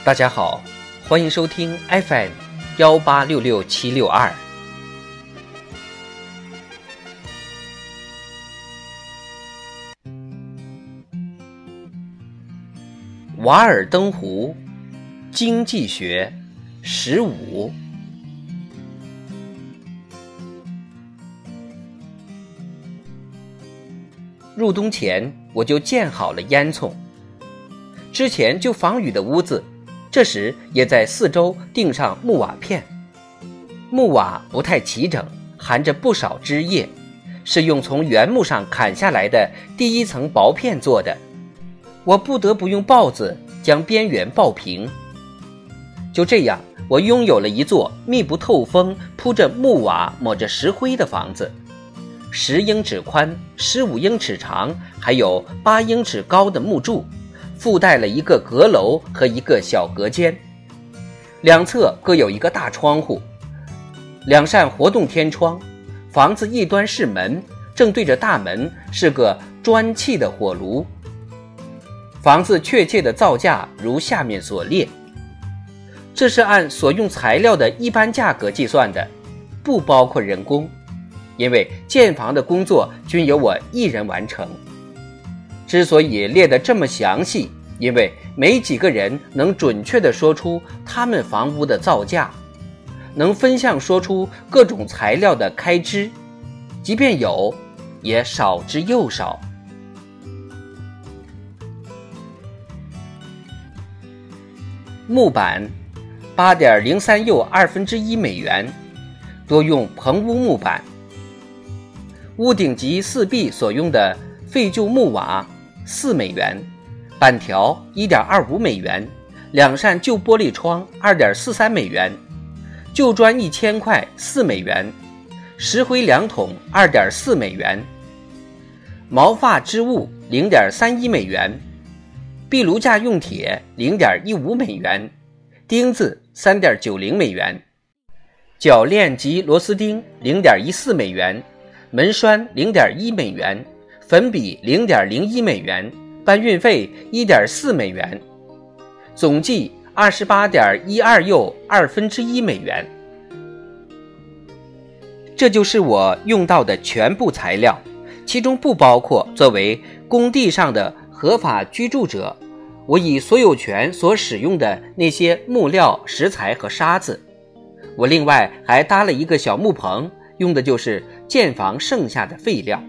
大家好，欢迎收听 FM1866762。瓦尔登湖经济学15。入冬前我就建好了烟囱，之前就防雨的屋子，这时也在四周钉上木瓦片。木瓦不太齐整，含着不少枝叶，是用从原木上砍下来的第一层薄片做的。我不得不用刨子将边缘刨平。就这样，我拥有了一座密不透风、铺着木瓦、抹着石灰的房子，10英尺宽、15英尺长，还有8英尺高的木柱，附带了一个阁楼和一个小隔间，两侧各有一个大窗户，2扇活动天窗。房子一端是门，正对着大门是个砖砌的火炉。房子确切的造价如下面所列，这是按所用材料的一般价格计算的，不包括人工，因为建房的工作均由我一人完成。之所以列得这么详细，因为没几个人能准确地说出他们房屋的造价，能分项说出各种材料的开支，即便有，也少之又少。木板 8.03又1/2美元，多用棚屋木板。屋顶及四壁所用的废旧木瓦4美元，板条 1.25美元，2扇旧玻璃窗 2.43美元，旧砖1000块4美元，石灰2桶 2.4美元，毛发织物 0.31美元，壁炉架用铁 0.15美元，钉子 3.90美元，铰链及螺丝钉 0.14美元，门栓 0.1美元，粉笔 0.01美元，搬运费 1.4美元，总计 28.12又1/2美元。这就是我用到的全部材料，其中不包括作为工地上的合法居住者我以所有权所使用的那些木料、石材和沙子。我另外还搭了一个小木棚，用的就是建房剩下的废料。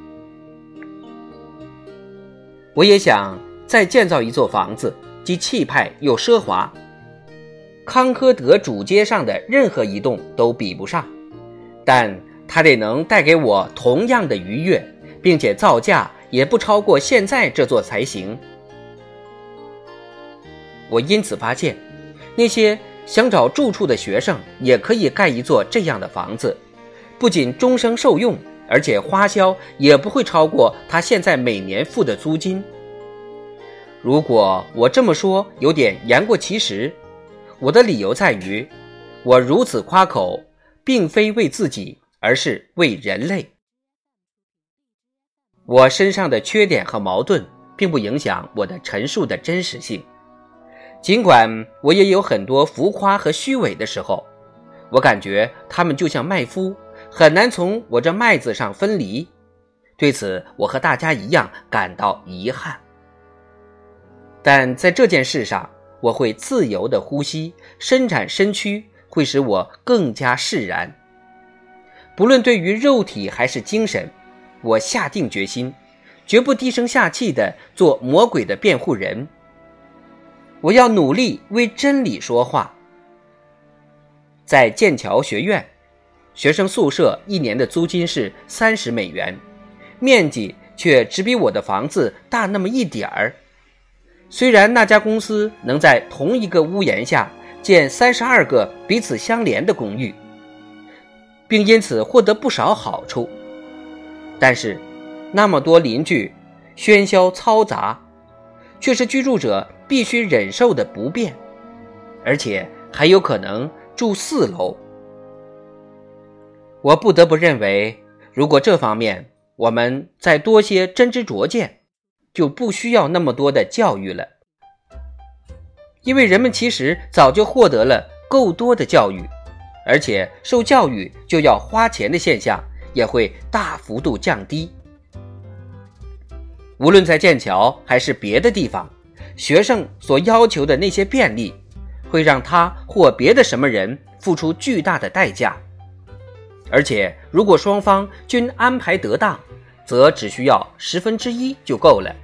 我也想再建造一座房子，既气派又奢华，康科德主街上的任何一栋都比不上，但它得能带给我同样的愉悦，并且造价也不超过现在这座才行。我因此发现，那些想找住处的学生也可以盖一座这样的房子，不仅终生受用，而且花销也不会超过他现在每年付的租金。如果我这么说有点言过其实，我的理由在于，我如此夸口并非为自己，而是为人类。我身上的缺点和矛盾并不影响我的陈述的真实性，尽管我也有很多浮夸和虚伪的时候，我感觉他们就像麦麸，很难从我这麦子上分离。对此，我和大家一样感到遗憾。但在这件事上，我会自由地呼吸，伸展身躯会使我更加释然。不论对于肉体还是精神，我下定决心，绝不低声下气地做魔鬼的辩护人。我要努力为真理说话。在剑桥学院，学生宿舍1年的租金是30美元，面积却只比我的房子大那么一点儿。虽然那家公司能在同一个屋檐下建32个彼此相连的公寓，并因此获得不少好处，但是那么多邻居喧嚣嘈杂，却是居住者必须忍受的不便，而且还有可能住4楼。我不得不认为，如果这方面我们再多些真知灼见，就不需要那么多的教育了。 因为人们其实早就获得了够多的教育，而且受教育就要花钱的现象也会大幅度降低。无论在剑桥还是别的地方，学生所要求的那些便利，会让他或别的什么人付出巨大的代价。而且如果双方均安排得当，则只需要1/10就够了。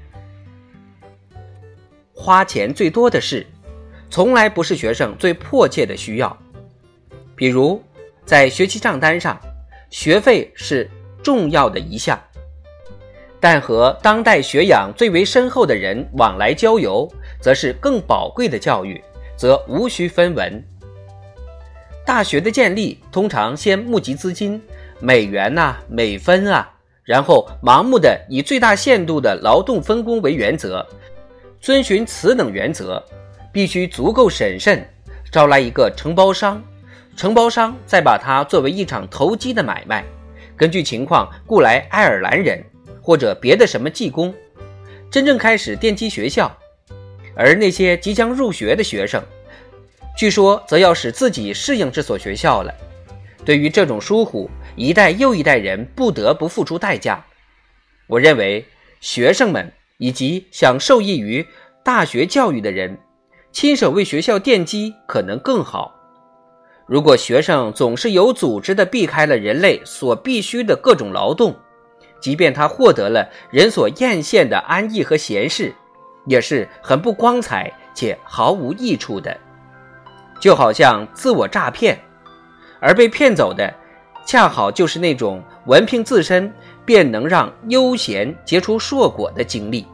花钱最多的事，从来不是学生最迫切的需要。比如在学期账单上，学费是重要的一项，但和当代学养最为深厚的人往来交游，则是更宝贵的教育，则无需分文。大学的建立通常先募集资金，美元啊、美分啊，然后盲目的以最大限度的劳动分工为原则，遵循此等原则，必须足够审慎，招来一个承包商，承包商再把它作为一场投机的买卖，根据情况雇来爱尔兰人或者别的什么技工，真正开始奠基学校。而那些即将入学的学生，据说则要使自己适应这所学校了。对于这种疏忽，一代又一代人不得不付出代价。我认为学生们以及想受益于大学教育的人，亲手为学校奠基可能更好。如果学生总是有组织地避开了人类所必须的各种劳动，即便他获得了人所艳羡的安逸和闲适，也是很不光彩且毫无益处的。就好像自我诈骗，而被骗走的恰好就是那种闻凭自身便能让悠闲结出硕果的经历。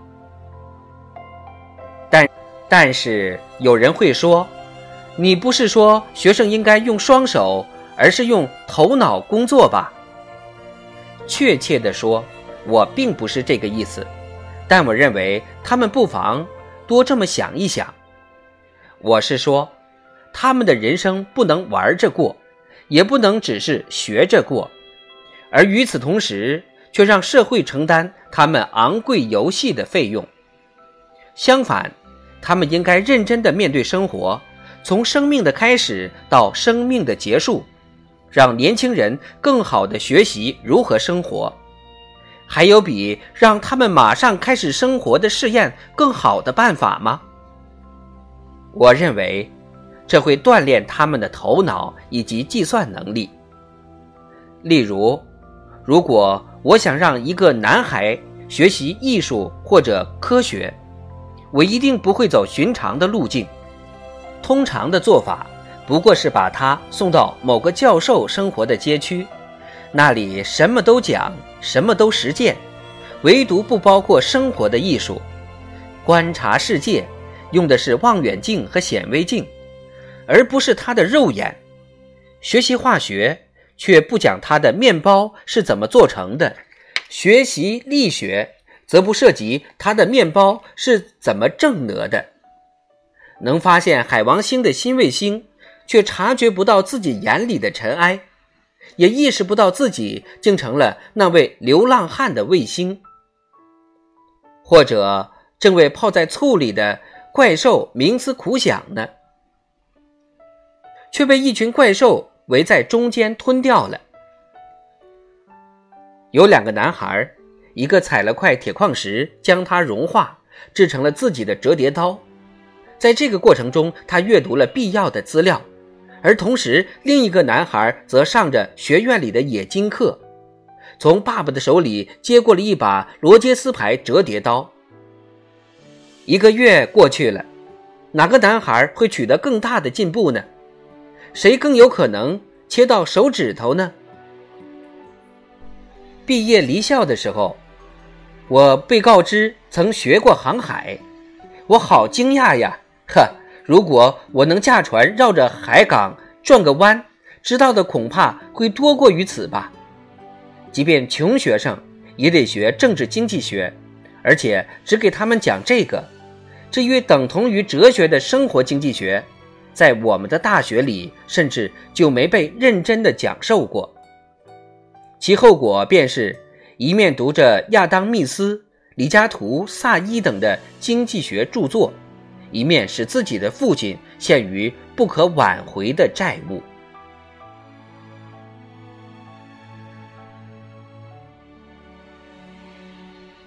但是有人会说，你不是说学生应该用双手，而是用头脑工作吧？确切地说，我并不是这个意思，但我认为他们不妨多这么想一想。我是说，他们的人生不能玩着过，也不能只是学着过，而与此同时却让社会承担他们昂贵游戏的费用。相反，他们应该认真地面对生活，从生命的开始到生命的结束，让年轻人更好地学习如何生活。还有比让他们马上开始生活的试验更好的办法吗？我认为这会锻炼他们的头脑以及计算能力。例如，如果我想让一个男孩学习艺术或者科学，我一定不会走寻常的路径。通常的做法不过是把他送到某个教授生活的街区，那里什么都讲，什么都实践，唯独不包括生活的艺术。观察世界用的是望远镜和显微镜，而不是他的肉眼。学习化学却不讲他的面包是怎么做成的，学习力学则不涉及他的面包是怎么挣得的。能发现海王星的新卫星，却察觉不到自己眼里的尘埃，也意识不到自己竟成了那位流浪汉的卫星。或者正为泡在醋里的怪兽冥思苦想呢，却被一群怪兽围在中间吞掉了。有2个男孩，一个采了块铁矿石，将它融化，制成了自己的折叠刀。在这个过程中，他阅读了必要的资料，而同时另一个男孩则上着学院里的冶金课，从爸爸的手里接过了一把罗杰斯牌折叠刀。1个月过去了，哪个男孩会取得更大的进步呢？谁更有可能切到手指头呢？毕业离校的时候，我被告知曾学过航海，我好惊讶呀！如果我能驾船绕着海港转个弯，知道的恐怕会多过于此吧。即便穷学生也得学政治经济学，而且只给他们讲这个。至于等同于哲学的生活经济学，在我们的大学里甚至就没被认真的讲授过。其后果便是一面读着亚当·密斯、李嘉图、萨伊等的经济学著作， 一面使自己的父亲陷于不可挽回的债务。